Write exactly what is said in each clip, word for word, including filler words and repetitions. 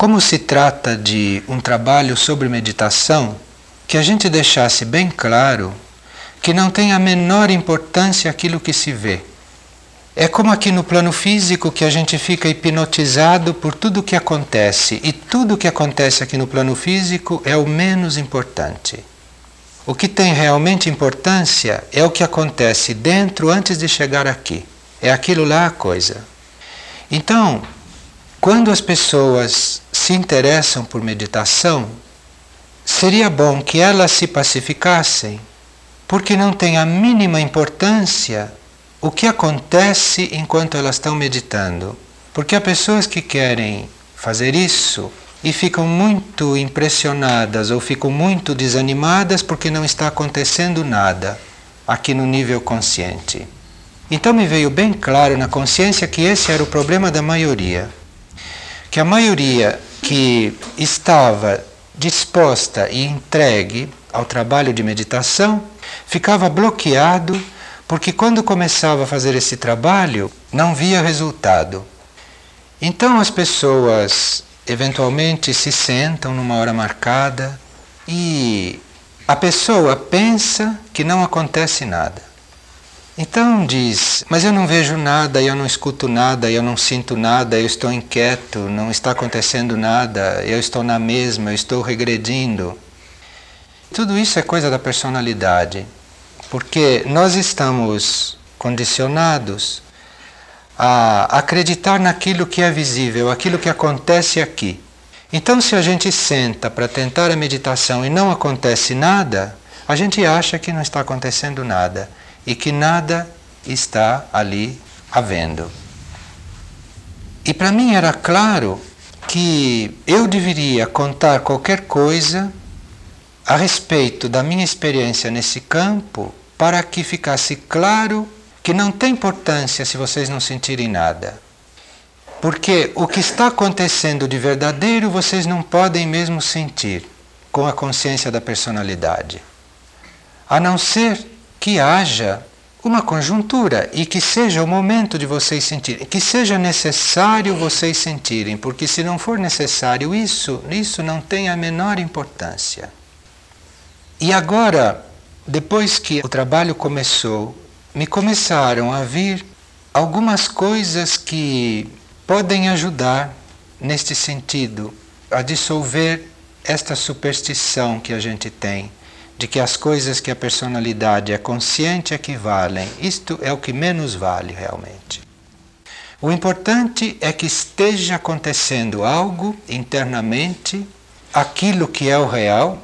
como se trata de um trabalho sobre meditação, que a gente deixasse bem claro que não tem a menor importância aquilo que se vê. É como aqui no plano físico que a gente fica hipnotizado por tudo o que acontece, e tudo o que acontece aqui no plano físico é o menos importante. O que tem realmente importância é o que acontece dentro antes de chegar aqui. É aquilo lá a coisa. Então, quando as pessoas se interessam por meditação, seria bom que elas se pacificassem, porque não tem a mínima importância o que acontece enquanto elas estão meditando. Porque há pessoas que querem fazer isso e ficam muito impressionadas ou ficam muito desanimadas porque não está acontecendo nada aqui no nível consciente. Então me veio bem claro na consciência que esse era o problema da maioria. Que a maioria que estava disposta e entregue ao trabalho de meditação ficava bloqueado, porque quando começava a fazer esse trabalho não via resultado. Então as pessoas eventualmente se sentam numa hora marcada e a pessoa pensa que não acontece nada. Então diz, mas eu não vejo nada, eu não escuto nada, eu não sinto nada, eu estou inquieto, não está acontecendo nada, eu estou na mesma, eu estou regredindo. Tudo isso é coisa da personalidade, porque nós estamos condicionados a acreditar naquilo que é visível, aquilo que acontece aqui. Então, se a gente senta para tentar a meditação e não acontece nada, a gente acha que não está acontecendo nada e que nada está ali havendo. E para mim era claro que eu deveria contar qualquer coisa a respeito da minha experiência nesse campo para que ficasse claro que não tem importância se vocês não sentirem nada. Porque o que está acontecendo de verdadeiro vocês não podem mesmo sentir com a consciência da personalidade. A não ser que haja uma conjuntura e que seja o momento de vocês sentirem, que seja necessário vocês sentirem, porque se não for necessário isso, isso não tem a menor importância. E agora, depois que o trabalho começou, me começaram a vir algumas coisas que podem ajudar neste sentido, a dissolver esta superstição que a gente tem, de que as coisas que a personalidade é consciente é que valem. Isto é o que menos vale realmente. O importante é que esteja acontecendo algo internamente, aquilo que é o real,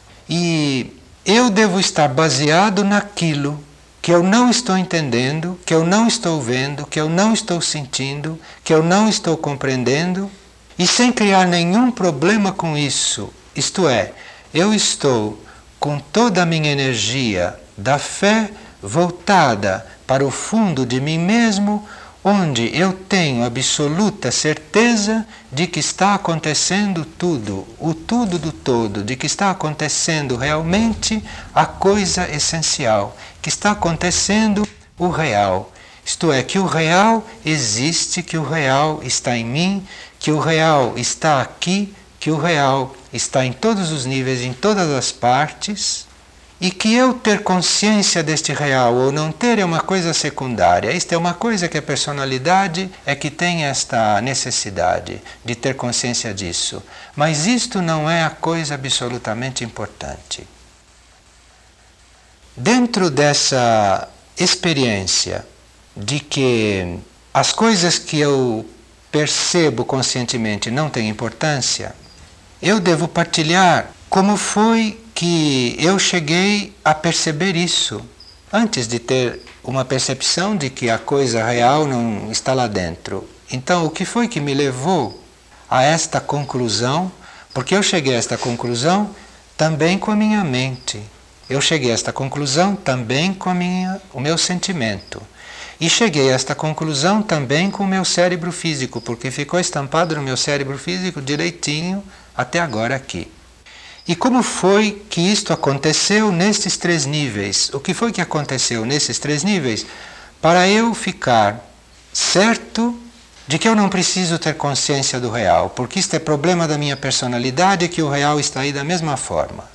e eu devo estar baseado naquilo que eu não estou entendendo, que eu não estou vendo, que eu não estou sentindo, que eu não estou compreendendo, e sem criar nenhum problema com isso. Isto é, eu estou com toda a minha energia da fé voltada para o fundo de mim mesmo, onde eu tenho absoluta certeza de que está acontecendo tudo, o tudo do todo, de que está acontecendo realmente a coisa essencial, que está acontecendo o real. Isto é, que o real existe, que o real está em mim, que o real está aqui, que o real está em todos os níveis, em todas as partes, e que eu ter consciência deste real ou não ter é uma coisa secundária. Isto é uma coisa que a personalidade é que tem esta necessidade de ter consciência disso. Mas isto não é a coisa absolutamente importante. Dentro dessa experiência de que as coisas que eu percebo conscientemente não têm importância, eu devo partilhar como foi que eu cheguei a perceber isso, antes de ter uma percepção de que a coisa real não está lá dentro. Então, o que foi que me levou a esta conclusão? Porque eu cheguei a esta conclusão também com a minha mente. Eu cheguei a esta conclusão também com a minha, o meu sentimento. E cheguei a esta conclusão também com o meu cérebro físico, porque ficou estampado no meu cérebro físico direitinho até agora aqui. E como foi que isto aconteceu nestes três níveis? O que foi que aconteceu nesses três níveis para eu ficar certo de que eu não preciso ter consciência do real, porque isto é problema da minha personalidade, que o real está aí da mesma forma.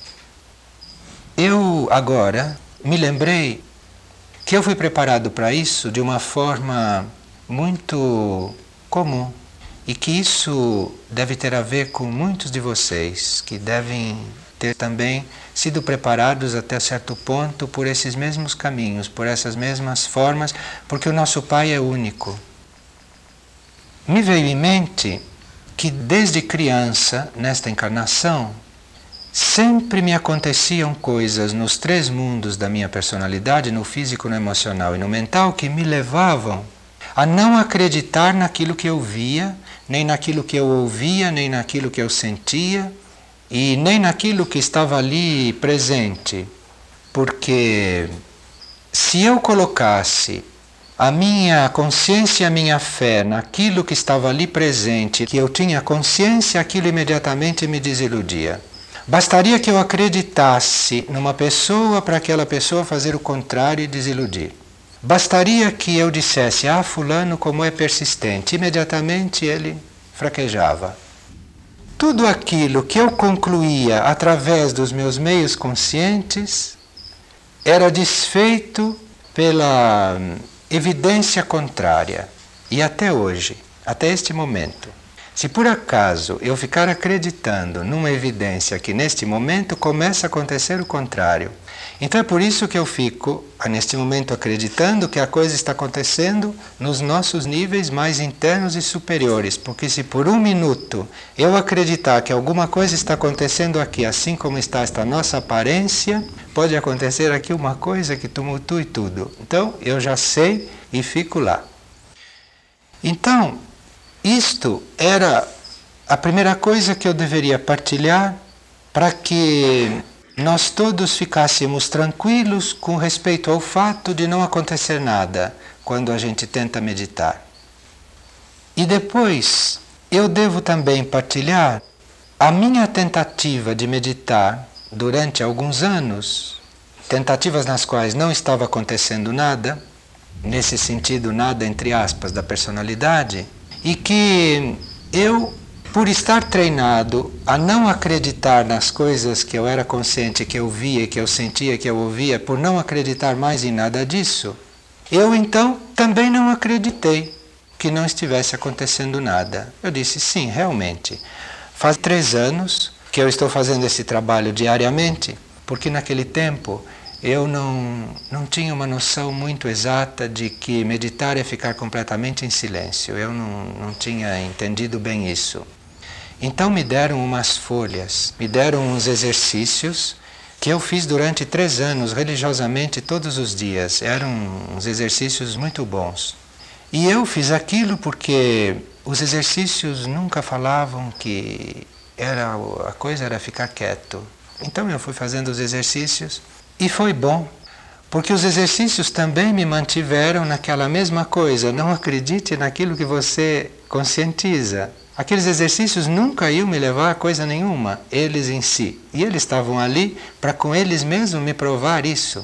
Eu agora me lembrei que eu fui preparado para isso de uma forma muito comum e que isso deve ter a ver com muitos de vocês que devem ter também sido preparados até certo ponto por esses mesmos caminhos, por essas mesmas formas, porque o nosso Pai é único. Me veio em mente que desde criança, nesta encarnação, sempre me aconteciam coisas nos três mundos da minha personalidade, no físico, no emocional e no mental, que me levavam a não acreditar naquilo que eu via, nem naquilo que eu ouvia, nem naquilo que eu sentia, e nem naquilo que estava ali presente. Porque se eu colocasse a minha consciência e a minha fé naquilo que estava ali presente, que eu tinha consciência, aquilo imediatamente me desiludia. Bastaria que eu acreditasse numa pessoa para aquela pessoa fazer o contrário e desiludir. Bastaria que eu dissesse, ah, fulano como é persistente, imediatamente ele fraquejava. Tudo aquilo que eu concluía através dos meus meios conscientes era desfeito pela evidência contrária. E até hoje, até este momento, se por acaso eu ficar acreditando numa evidência que neste momento começa a acontecer o contrário, então é por isso que eu fico, neste momento, acreditando que a coisa está acontecendo nos nossos níveis mais internos e superiores, porque se por um minuto eu acreditar que alguma coisa está acontecendo aqui, assim como está esta nossa aparência, pode acontecer aqui uma coisa que tumultue tudo. Então eu já sei e fico lá. Então, isto era a primeira coisa que eu deveria partilhar para que nós todos ficássemos tranquilos com respeito ao fato de não acontecer nada quando a gente tenta meditar. E depois, eu devo também partilhar a minha tentativa de meditar durante alguns anos, tentativas nas quais não estava acontecendo nada, nesse sentido, nada entre aspas, da personalidade, e que eu, por estar treinado a não acreditar nas coisas que eu era consciente, que eu via, que eu sentia, que eu ouvia, por não acreditar mais em nada disso, eu então também não acreditei que não estivesse acontecendo nada. Eu disse, sim, realmente, faz três anos que eu estou fazendo esse trabalho diariamente, porque naquele tempo eu não, não tinha uma noção muito exata de que meditar é ficar completamente em silêncio. Eu não, não tinha entendido bem isso. Então me deram umas folhas, me deram uns exercícios que eu fiz durante três anos, religiosamente, todos os dias. Eram uns exercícios muito bons. E eu fiz aquilo porque os exercícios nunca falavam que era, a coisa era ficar quieto. Então eu fui fazendo os exercícios. E foi bom, porque os exercícios também me mantiveram naquela mesma coisa. Não acredite naquilo que você conscientiza. Aqueles exercícios nunca iam me levar a coisa nenhuma, eles em si. E eles estavam ali para com eles mesmos me provar isso.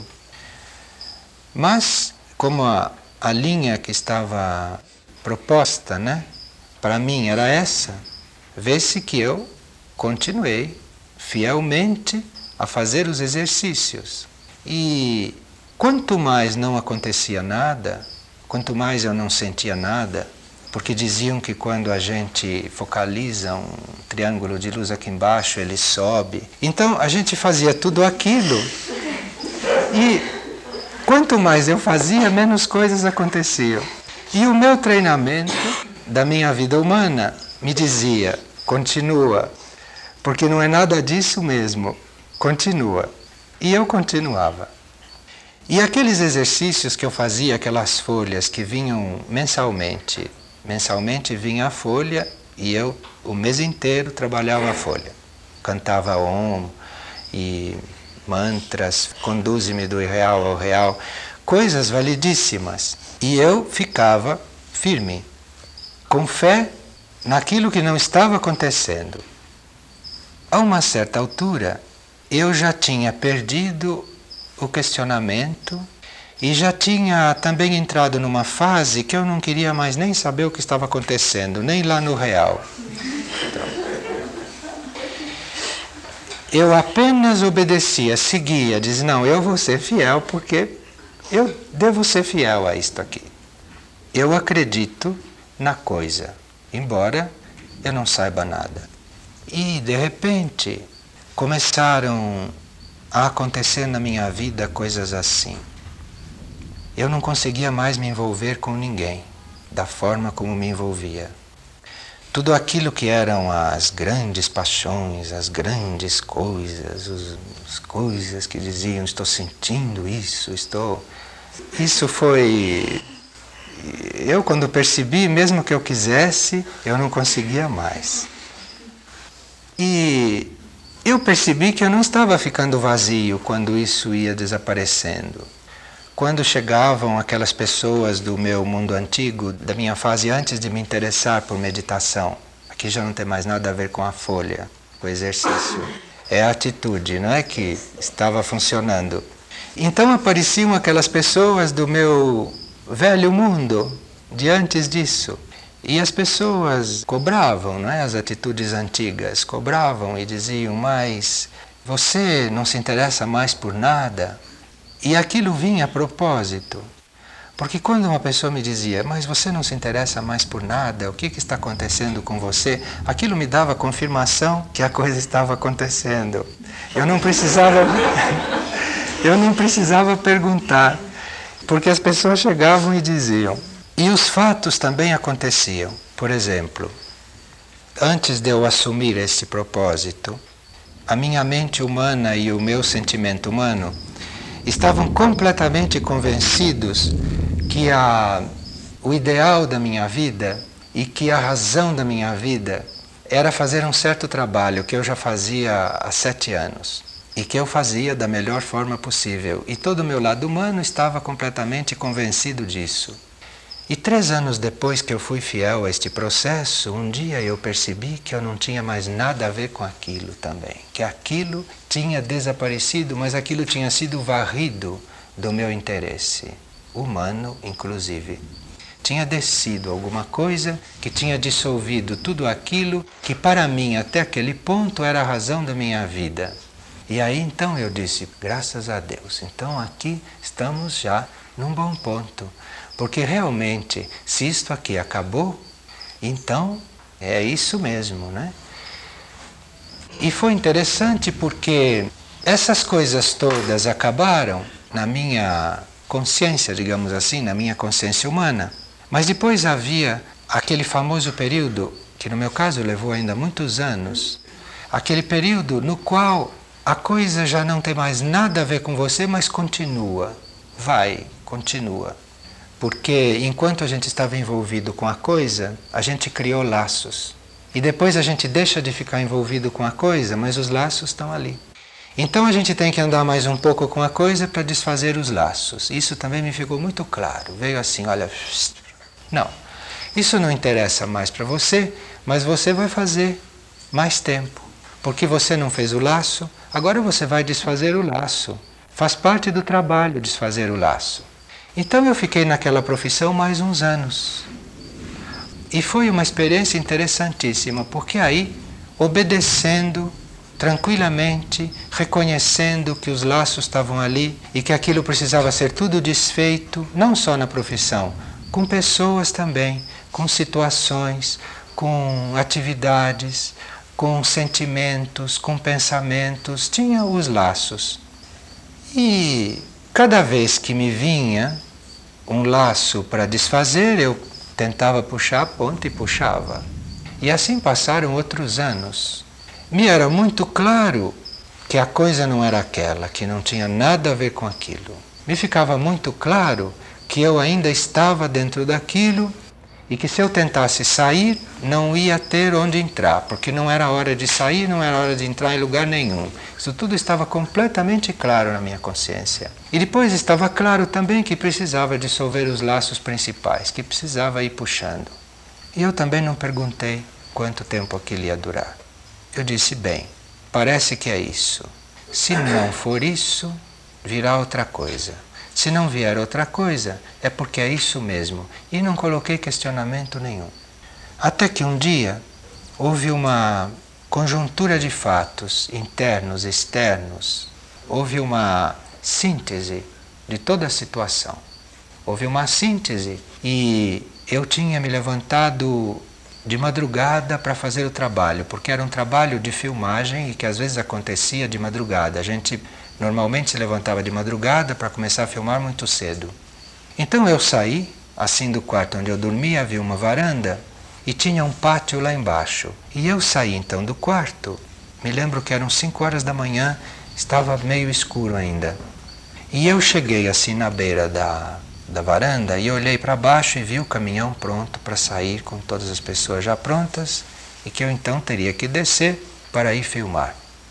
Mas, como a, a linha que estava proposta, né, para mim era essa, vê-se que eu continuei fielmente a fazer os exercícios. E quanto mais não acontecia nada, quanto mais eu não sentia nada, porque diziam que quando a gente focaliza um triângulo de luz aqui embaixo, ele sobe. Então a gente fazia tudo aquilo e quanto mais eu fazia, menos coisas aconteciam. E o meu treinamento da minha vida humana me dizia, continua, porque não é nada disso mesmo. Continua. E eu continuava. E aqueles exercícios que eu fazia, aquelas folhas que vinham mensalmente, mensalmente vinha a folha e eu o mês inteiro trabalhava a folha. Cantava Om e mantras, conduze-me do irreal ao real, coisas validíssimas. E eu ficava firme, com fé naquilo que não estava acontecendo. A uma certa altura, eu já tinha perdido o questionamento E já tinha também entrado numa fase que eu não queria mais nem saber o que estava acontecendo, nem lá no real. Eu apenas obedecia, seguia, dizia, não, eu vou ser fiel porque eu devo ser fiel a isto aqui. Eu acredito na coisa, embora eu não saiba nada. E, de repente, começaram a acontecer na minha vida coisas assim. Eu não conseguia mais me envolver com ninguém, da forma como me envolvia. Tudo aquilo que eram as grandes paixões, as grandes coisas, os, as coisas que diziam, estou sentindo isso, estou... Isso foi... Eu, quando percebi, mesmo que eu quisesse, eu não conseguia mais. E eu percebi que eu não estava ficando vazio quando isso ia desaparecendo. Quando chegavam aquelas pessoas do meu mundo antigo, da minha fase antes de me interessar por meditação, aqui já não tem mais nada a ver com a folha, com o exercício, é a atitude, não é que estava funcionando. Então apareciam aquelas pessoas do meu velho mundo, de antes disso, e as pessoas cobravam, não é, as atitudes antigas, cobravam e diziam, mas você não se interessa mais por nada? E aquilo vinha a propósito, porque quando uma pessoa me dizia, mas você não se interessa mais por nada, o que, que está acontecendo com você? Aquilo me dava confirmação que a coisa estava acontecendo. Eu não precisava, eu não precisava perguntar, porque as pessoas chegavam e diziam. E os fatos também aconteciam. Por exemplo, antes de eu assumir esse propósito, a minha mente humana e o meu sentimento humano estavam completamente convencidos que a, o ideal da minha vida e que a razão da minha vida era fazer um certo trabalho que eu já fazia há sete anos e que eu fazia da melhor forma possível. E todo o meu lado humano estava completamente convencido disso. E três anos depois que eu fui fiel a este processo, um dia eu percebi que eu não tinha mais nada a ver com aquilo também. Que aquilo tinha desaparecido, mas aquilo tinha sido varrido do meu interesse, humano inclusive. Tinha descido alguma coisa que tinha dissolvido tudo aquilo que para mim até aquele ponto era a razão da minha vida. E aí então eu disse, graças a Deus, então aqui estamos já num bom ponto. Porque realmente, se isto aqui acabou, então é isso mesmo, né? E foi interessante porque essas coisas todas acabaram na minha consciência, digamos assim, na minha consciência humana. Mas depois havia aquele famoso período, que no meu caso levou ainda muitos anos, aquele período no qual a coisa já não tem mais nada a ver com você, mas continua, vai, continua. Porque enquanto a gente estava envolvido com a coisa, a gente criou laços. E depois a gente deixa de ficar envolvido com a coisa, mas os laços estão ali. Então a gente tem que andar mais um pouco com a coisa para desfazer os laços. Isso também me ficou muito claro. Veio assim, olha, não, isso não interessa mais para você, mas você vai fazer mais tempo. Porque você não fez o laço, agora você vai desfazer o laço. Faz parte do trabalho desfazer o laço. Então eu fiquei naquela profissão mais uns anos. E foi uma experiência interessantíssima, porque aí, obedecendo tranquilamente, reconhecendo que os laços estavam ali e que aquilo precisava ser tudo desfeito, não só na profissão, com pessoas também, com situações, com atividades, com sentimentos, com pensamentos, tinha os laços. E cada vez que me vinha um laço para desfazer, eu tentava puxar a ponta e puxava. E assim passaram outros anos. Me era muito claro que a coisa não era aquela, que não tinha nada a ver com aquilo. Me ficava muito claro que eu ainda estava dentro daquilo e que se eu tentasse sair, não ia ter onde entrar, porque não era hora de sair, não era hora de entrar em lugar nenhum. Isso tudo estava completamente claro na minha consciência. E depois estava claro também que precisava dissolver os laços principais, que precisava ir puxando. E eu também não perguntei quanto tempo aquilo ia durar. Eu disse, bem, parece que é isso. Se não for isso, virá outra coisa. Se não vier outra coisa, é porque é isso mesmo. E não coloquei questionamento nenhum. Até que um dia houve uma conjuntura de fatos internos, externos. Houve uma síntese de toda a situação. Houve uma síntese e eu tinha me levantado de madrugada para fazer o trabalho, porque era um trabalho de filmagem e que às vezes acontecia de madrugada. A gente normalmente se levantava de madrugada para começar a filmar muito cedo. Então eu saí, assim do quarto onde eu dormia, havia uma varanda e tinha um pátio lá embaixo. E eu saí então do quarto, me lembro que eram cinco horas da manhã, estava meio escuro ainda. E eu cheguei assim na beira da, da varanda e olhei para baixo e vi o caminhão pronto para sair com todas as pessoas já prontas e que eu então teria que descer para ir filmar.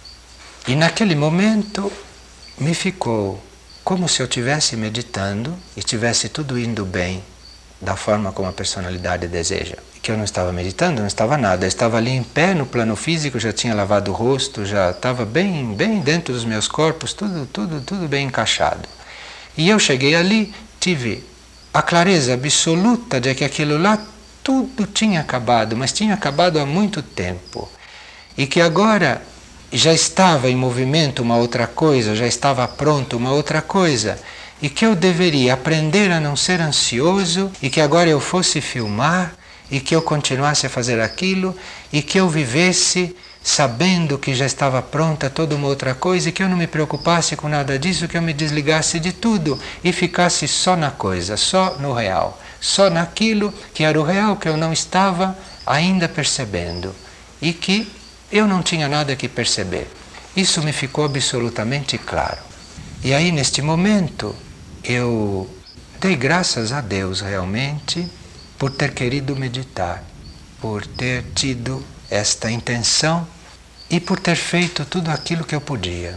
E naquele momento me ficou como se eu estivesse meditando e estivesse tudo indo bem da forma como a personalidade deseja. Que eu não estava meditando, não estava nada. Eu estava ali em pé no plano físico, já tinha lavado o rosto, já estava bem, bem dentro dos meus corpos, tudo, tudo, tudo bem encaixado. E eu cheguei ali, tive a clareza absoluta de que aquilo lá tudo tinha acabado, mas tinha acabado há muito tempo. E que agora já estava em movimento uma outra coisa, já estava pronto uma outra coisa, e que eu deveria aprender a não ser ansioso, e que agora eu fosse filmar, e que eu continuasse a fazer aquilo, e que eu vivesse sabendo que já estava pronta toda uma outra coisa, e que eu não me preocupasse com nada disso, que eu me desligasse de tudo, e ficasse só na coisa, só no real, só naquilo que era o real, que eu não estava ainda percebendo, e que eu não tinha nada que perceber. Isso me ficou absolutamente claro. E aí, neste momento, eu dei graças a Deus realmente por ter querido meditar, por ter tido esta intenção e por ter feito tudo aquilo que eu podia.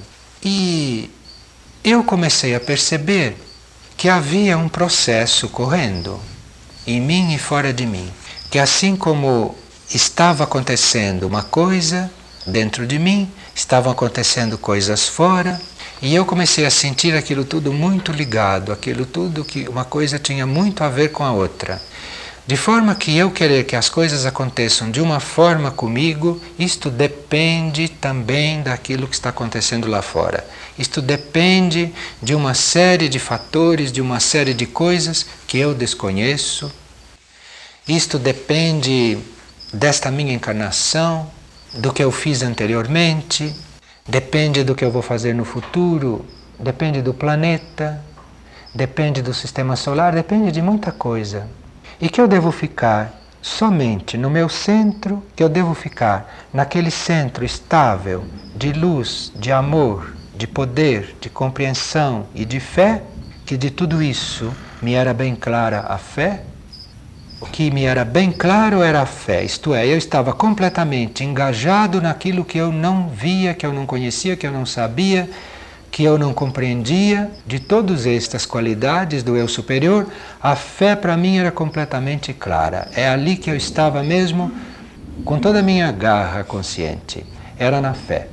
E eu comecei a perceber que havia um processo correndo em mim e fora de mim, que assim como estava acontecendo uma coisa dentro de mim, estavam acontecendo coisas fora, e eu comecei a sentir aquilo tudo muito ligado, aquilo tudo que uma coisa tinha muito a ver com a outra. De forma que eu querer que as coisas aconteçam de uma forma comigo, isto depende também daquilo que está acontecendo lá fora. Isto depende de uma série de fatores, de uma série de coisas que eu desconheço. Isto depende desta minha encarnação, do que eu fiz anteriormente, depende do que eu vou fazer no futuro, depende do planeta, depende do sistema solar, depende de muita coisa. E que eu devo ficar somente no meu centro, que eu devo ficar naquele centro estável de luz, de amor, de poder, de compreensão e de fé, que de tudo isso me era bem clara a fé. O que me era bem claro era a fé, isto é, eu estava completamente engajado naquilo que eu não via, que eu não conhecia, que eu não sabia, que eu não compreendia. De todas estas qualidades do eu superior, a fé para mim era completamente clara. É ali que eu estava mesmo, com toda a minha garra consciente, era na fé.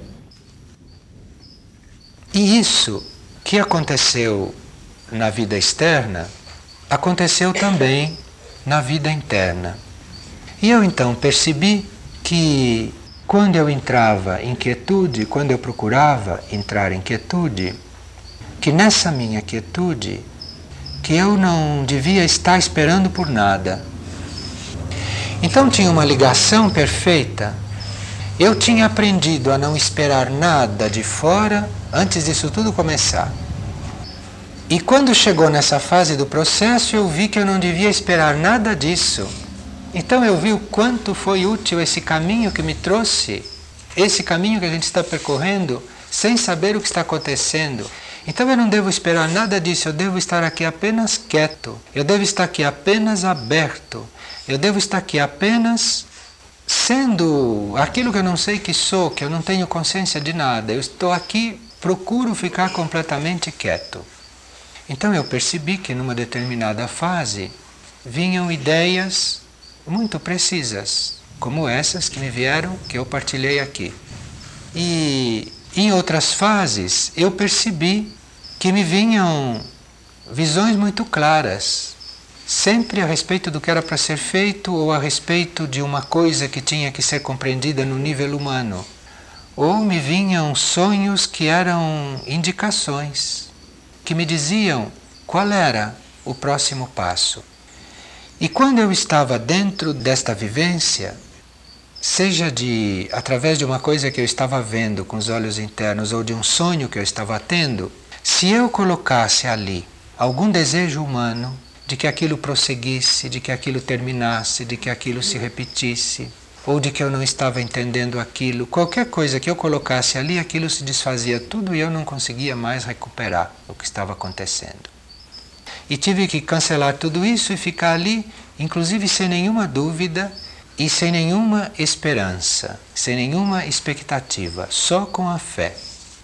E isso que aconteceu na vida externa, aconteceu também na vida interna. E eu então percebi que quando eu entrava em quietude, quando eu procurava entrar em quietude, que nessa minha quietude, que eu não devia estar esperando por nada. Então tinha uma ligação perfeita. Eu tinha aprendido a não esperar nada de fora antes disso tudo começar. E quando chegou nessa fase do processo, eu vi que eu não devia esperar nada disso. Então eu vi o quanto foi útil esse caminho que me trouxe, esse caminho que a gente está percorrendo, sem saber o que está acontecendo. Então eu não devo esperar nada disso, eu devo estar aqui apenas quieto, eu devo estar aqui apenas aberto, eu devo estar aqui apenas sendo aquilo que eu não sei que sou, que eu não tenho consciência de nada. Eu estou aqui, procuro ficar completamente quieto. Então eu percebi que numa determinada fase vinham ideias muito precisas, como essas que me vieram, que eu partilhei aqui. E em outras fases eu percebi que me vinham visões muito claras, sempre a respeito do que era para ser feito ou a respeito de uma coisa que tinha que ser compreendida no nível humano. Ou me vinham sonhos que eram indicações, que me diziam qual era o próximo passo. E quando eu estava dentro desta vivência, seja de através de uma coisa que eu estava vendo com os olhos internos ou de um sonho que eu estava tendo, se eu colocasse ali algum desejo humano de que aquilo prosseguisse, de que aquilo terminasse, de que aquilo se repetisse, ou de que eu não estava entendendo aquilo, qualquer coisa que eu colocasse ali, aquilo se desfazia tudo e eu não conseguia mais recuperar o que estava acontecendo. E tive que cancelar tudo isso e ficar ali, inclusive sem nenhuma dúvida e sem nenhuma esperança, sem nenhuma expectativa, só com a fé.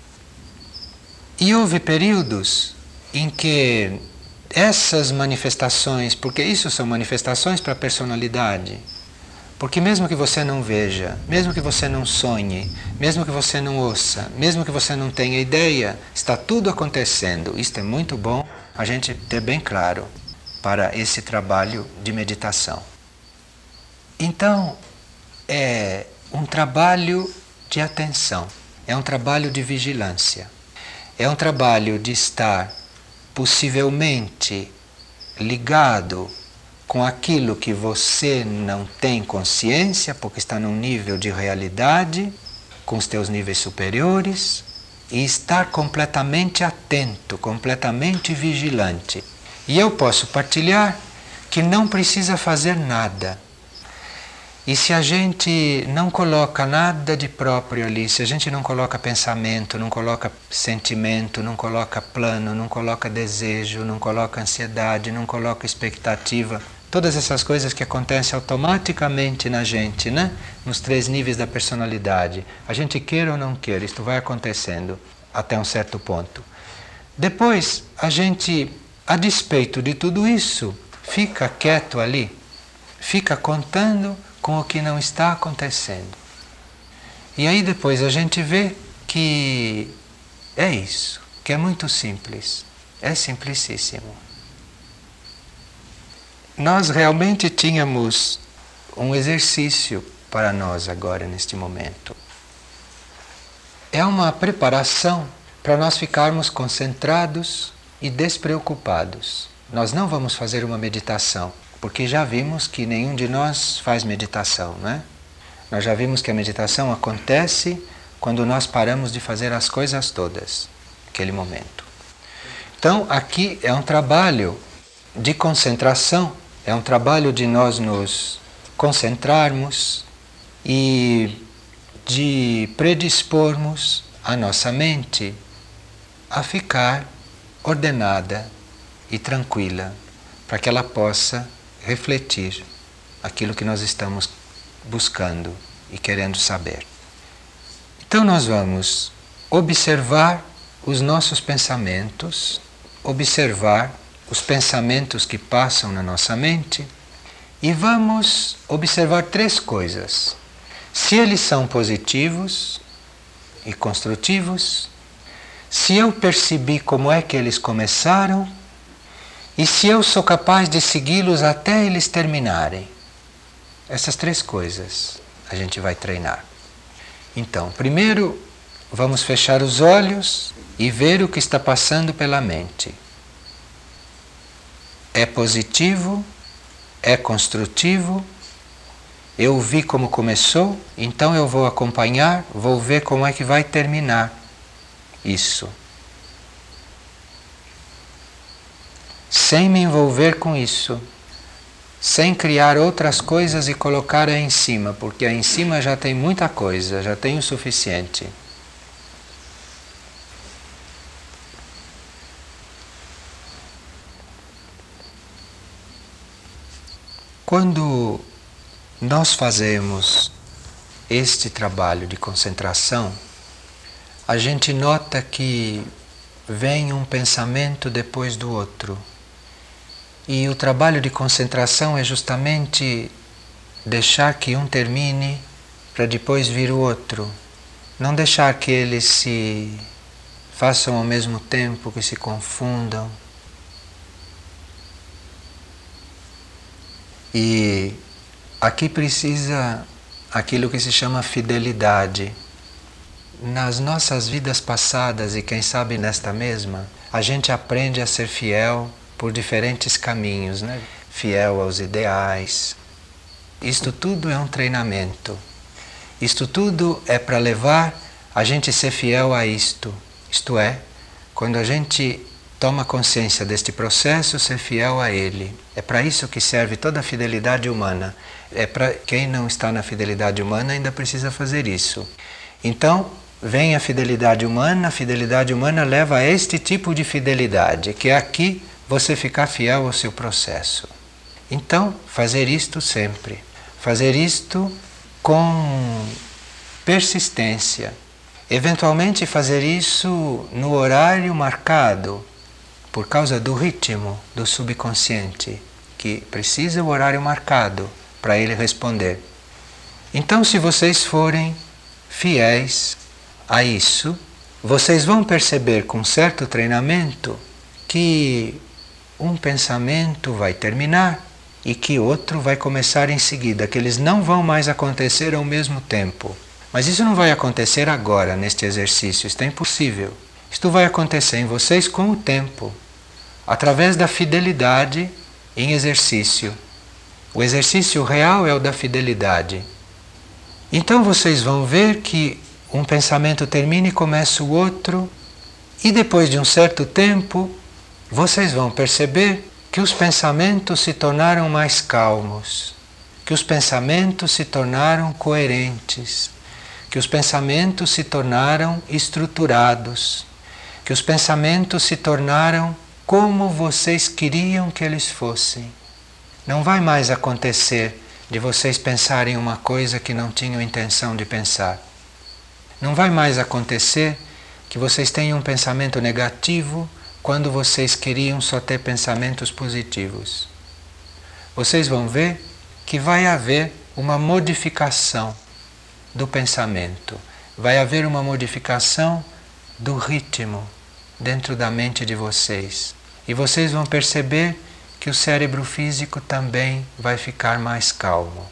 E houve períodos em que essas manifestações, porque isso são manifestações para a personalidade, porque mesmo que você não veja, mesmo que você não sonhe, mesmo que você não ouça, mesmo que você não tenha ideia, está tudo acontecendo. Isto é muito bom a gente ter bem claro para esse trabalho de meditação. Então, é um trabalho de atenção, é um trabalho de vigilância, é um trabalho de estar possivelmente ligado com aquilo que você não tem consciência, porque está num nível de realidade, com os teus níveis superiores, e estar completamente atento, completamente vigilante. E eu posso partilhar que não precisa fazer nada. E se a gente não coloca nada de próprio ali, se a gente não coloca pensamento, não coloca sentimento, não coloca plano, não coloca desejo, não coloca ansiedade, não coloca expectativa, todas essas coisas que acontecem automaticamente na gente, né? Nos três níveis da personalidade. A gente queira ou não queira, isto vai acontecendo até um certo ponto. Depois, a gente, a despeito de tudo isso, fica quieto ali, fica contando com o que não está acontecendo. E aí depois a gente vê que é isso, que é muito simples, é simplicíssimo. Nós realmente tínhamos um exercício para nós agora, neste momento. É uma preparação para nós ficarmos concentrados e despreocupados. Nós não vamos fazer uma meditação, porque já vimos que nenhum de nós faz meditação, não é? Nós já vimos que a meditação acontece quando nós paramos de fazer as coisas todas, naquele momento. Então, aqui é um trabalho de concentração, é um trabalho de nós nos concentrarmos e de predispormos a nossa mente a ficar ordenada e tranquila, para que ela possa refletir aquilo que nós estamos buscando e querendo saber. Então nós vamos observar os nossos pensamentos, observar os pensamentos que passam na nossa mente e vamos observar três coisas. Se eles são positivos e construtivos, se eu percebi como é que eles começaram, e se eu sou capaz de segui-los até eles terminarem. Essas três coisas a gente vai treinar. Então, primeiro, vamos fechar os olhos e ver o que está passando pela mente. É positivo? É construtivo? Eu vi como começou, então eu vou acompanhar, vou ver como é que vai terminar isso. Sem me envolver com isso, sem criar outras coisas e colocar aí em cima, porque aí em cima já tem muita coisa, já tem o suficiente. Quando nós fazemos este trabalho de concentração, a gente nota que vem um pensamento depois do outro. E o trabalho de concentração é justamente deixar que um termine para depois vir o outro. Não deixar que eles se façam ao mesmo tempo, que se confundam. E aqui precisa aquilo que se chama fidelidade. Nas nossas vidas passadas e quem sabe nesta mesma, a gente aprende a ser fiel por diferentes caminhos, né? Fiel aos ideais. Isto tudo é um treinamento. Isto tudo é para levar a gente a ser fiel a isto. Isto é, quando a gente toma consciência deste processo, ser fiel a ele. É para isso que serve toda a fidelidade humana. É para quem não está na fidelidade humana ainda precisa fazer isso. Então, vem a fidelidade humana, a fidelidade humana leva a este tipo de fidelidade, que é aqui você ficar fiel ao seu processo. Então, fazer isto sempre. Fazer isto com persistência. Eventualmente fazer isso no horário marcado, por causa do ritmo do subconsciente, que precisa o horário marcado para ele responder. Então, se vocês forem fiéis a isso, vocês vão perceber com certo treinamento que um pensamento vai terminar e que outro vai começar em seguida, que eles não vão mais acontecer ao mesmo tempo. Mas isso não vai acontecer agora, neste exercício, isto é impossível. Isto vai acontecer em vocês com o tempo, através da fidelidade em exercício. O exercício real é o da fidelidade. Então vocês vão ver que um pensamento termina e começa o outro, e depois de um certo tempo, vocês vão perceber que os pensamentos se tornaram mais calmos, que os pensamentos se tornaram coerentes, que os pensamentos se tornaram estruturados, que os pensamentos se tornaram como vocês queriam que eles fossem. Não vai mais acontecer de vocês pensarem uma coisa que não tinham intenção de pensar. Não vai mais acontecer que vocês tenham um pensamento negativo quando vocês queriam só ter pensamentos positivos. Vocês vão ver que vai haver uma modificação do pensamento, vai haver uma modificação do ritmo dentro da mente de vocês. E vocês vão perceber que o cérebro físico também vai ficar mais calmo.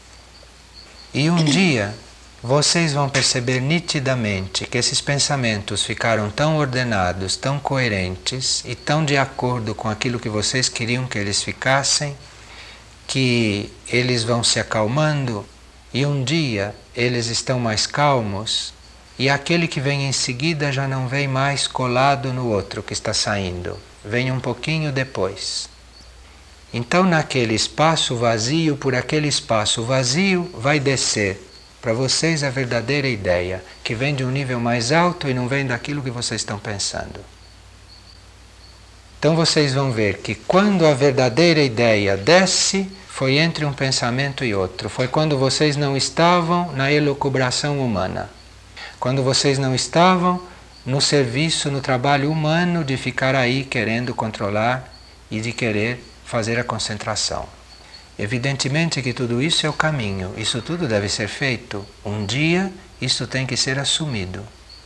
E um dia vocês vão perceber nitidamente que esses pensamentos ficaram tão ordenados, tão coerentes e tão de acordo com aquilo que vocês queriam que eles ficassem, que eles vão se acalmando e um dia eles estão mais calmos e aquele que vem em seguida já não vem mais colado no outro que está saindo, vem um pouquinho depois. Então, naquele espaço vazio, por aquele espaço vazio, vai descer para vocês a verdadeira ideia, que vem de um nível mais alto e não vem daquilo que vocês estão pensando. Então vocês vão ver que quando a verdadeira ideia desce, foi entre um pensamento e outro. Foi quando vocês não estavam na elucubração humana. Quando vocês não estavam no serviço, no trabalho humano de ficar aí querendo controlar e de querer fazer a concentração. Evidentemente que tudo isso é o caminho, isso tudo deve ser feito. Um dia isso tem que ser assumido.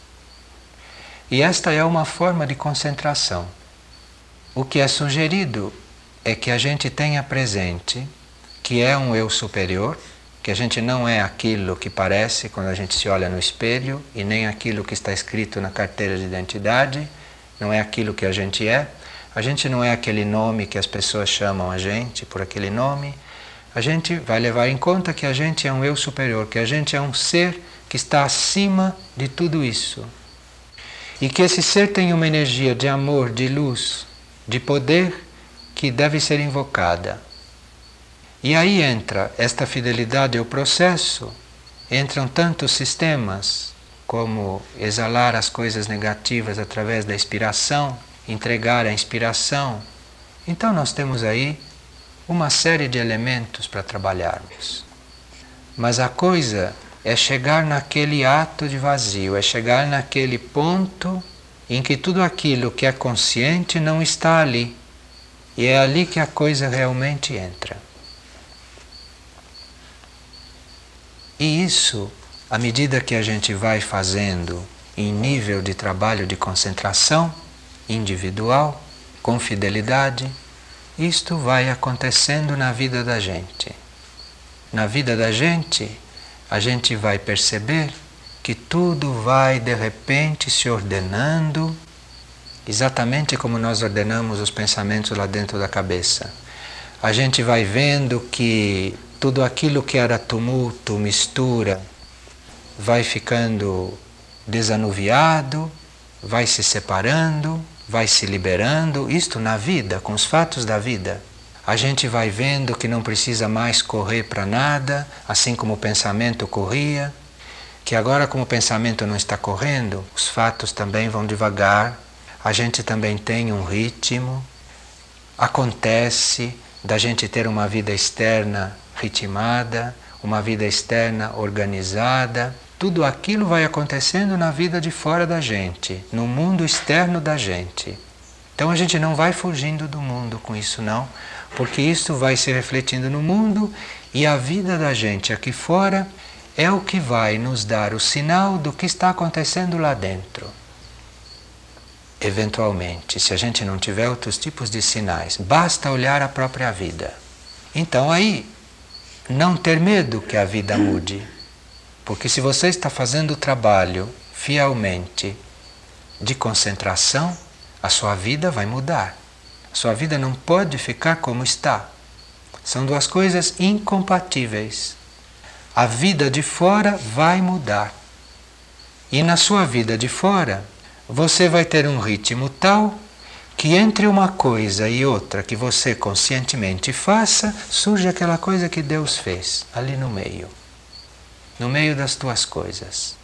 E esta é uma forma de concentração. O que é sugerido é que a gente tenha presente que é um eu superior, que a gente não é aquilo que parece quando a gente se olha no espelho e nem aquilo que está escrito na carteira de identidade, não é aquilo que a gente é. A gente não é aquele nome que as pessoas chamam a gente por aquele nome. A gente vai levar em conta que a gente é um eu superior, que a gente é um ser que está acima de tudo isso. E que esse ser tem uma energia de amor, de luz, de poder que deve ser invocada. E aí entra esta fidelidade ao processo, entram tantos sistemas como exalar as coisas negativas através da inspiração, entregar a inspiração. Então nós temos aí uma série de elementos para trabalharmos. Mas a coisa é chegar naquele ato de vazio, é chegar naquele ponto em que tudo aquilo que é consciente não está ali. E é ali que a coisa realmente entra. E isso, à medida que a gente vai fazendo em nível de trabalho de concentração individual, com fidelidade, isto vai acontecendo na vida da gente. Na vida da gente, a gente vai perceber que tudo vai de repente se ordenando, exatamente como nós ordenamos os pensamentos lá dentro da cabeça. A gente vai vendo que tudo aquilo que era tumulto, mistura, vai ficando desanuviado, vai se separando, vai se liberando, isto na vida, com os fatos da vida. A gente vai vendo que não precisa mais correr para nada, assim como o pensamento corria, que agora como o pensamento não está correndo, os fatos também vão devagar, a gente também tem um ritmo, acontece da gente ter uma vida externa ritmada, uma vida externa organizada, tudo aquilo vai acontecendo na vida de fora da gente, no mundo externo da gente. Então a gente não vai fugindo do mundo com isso não, porque isso vai se refletindo no mundo e a vida da gente aqui fora é o que vai nos dar o sinal do que está acontecendo lá dentro. Eventualmente, se a gente não tiver outros tipos de sinais, basta olhar a própria vida. Então aí, não ter medo que a vida mude. Porque se você está fazendo o trabalho fielmente de concentração, a sua vida vai mudar. A sua vida não pode ficar como está. São duas coisas incompatíveis. A vida de fora vai mudar. E na sua vida de fora, você vai ter um ritmo tal que entre uma coisa e outra que você conscientemente faça, surge aquela coisa que Deus fez ali no meio. No meio das tuas coisas.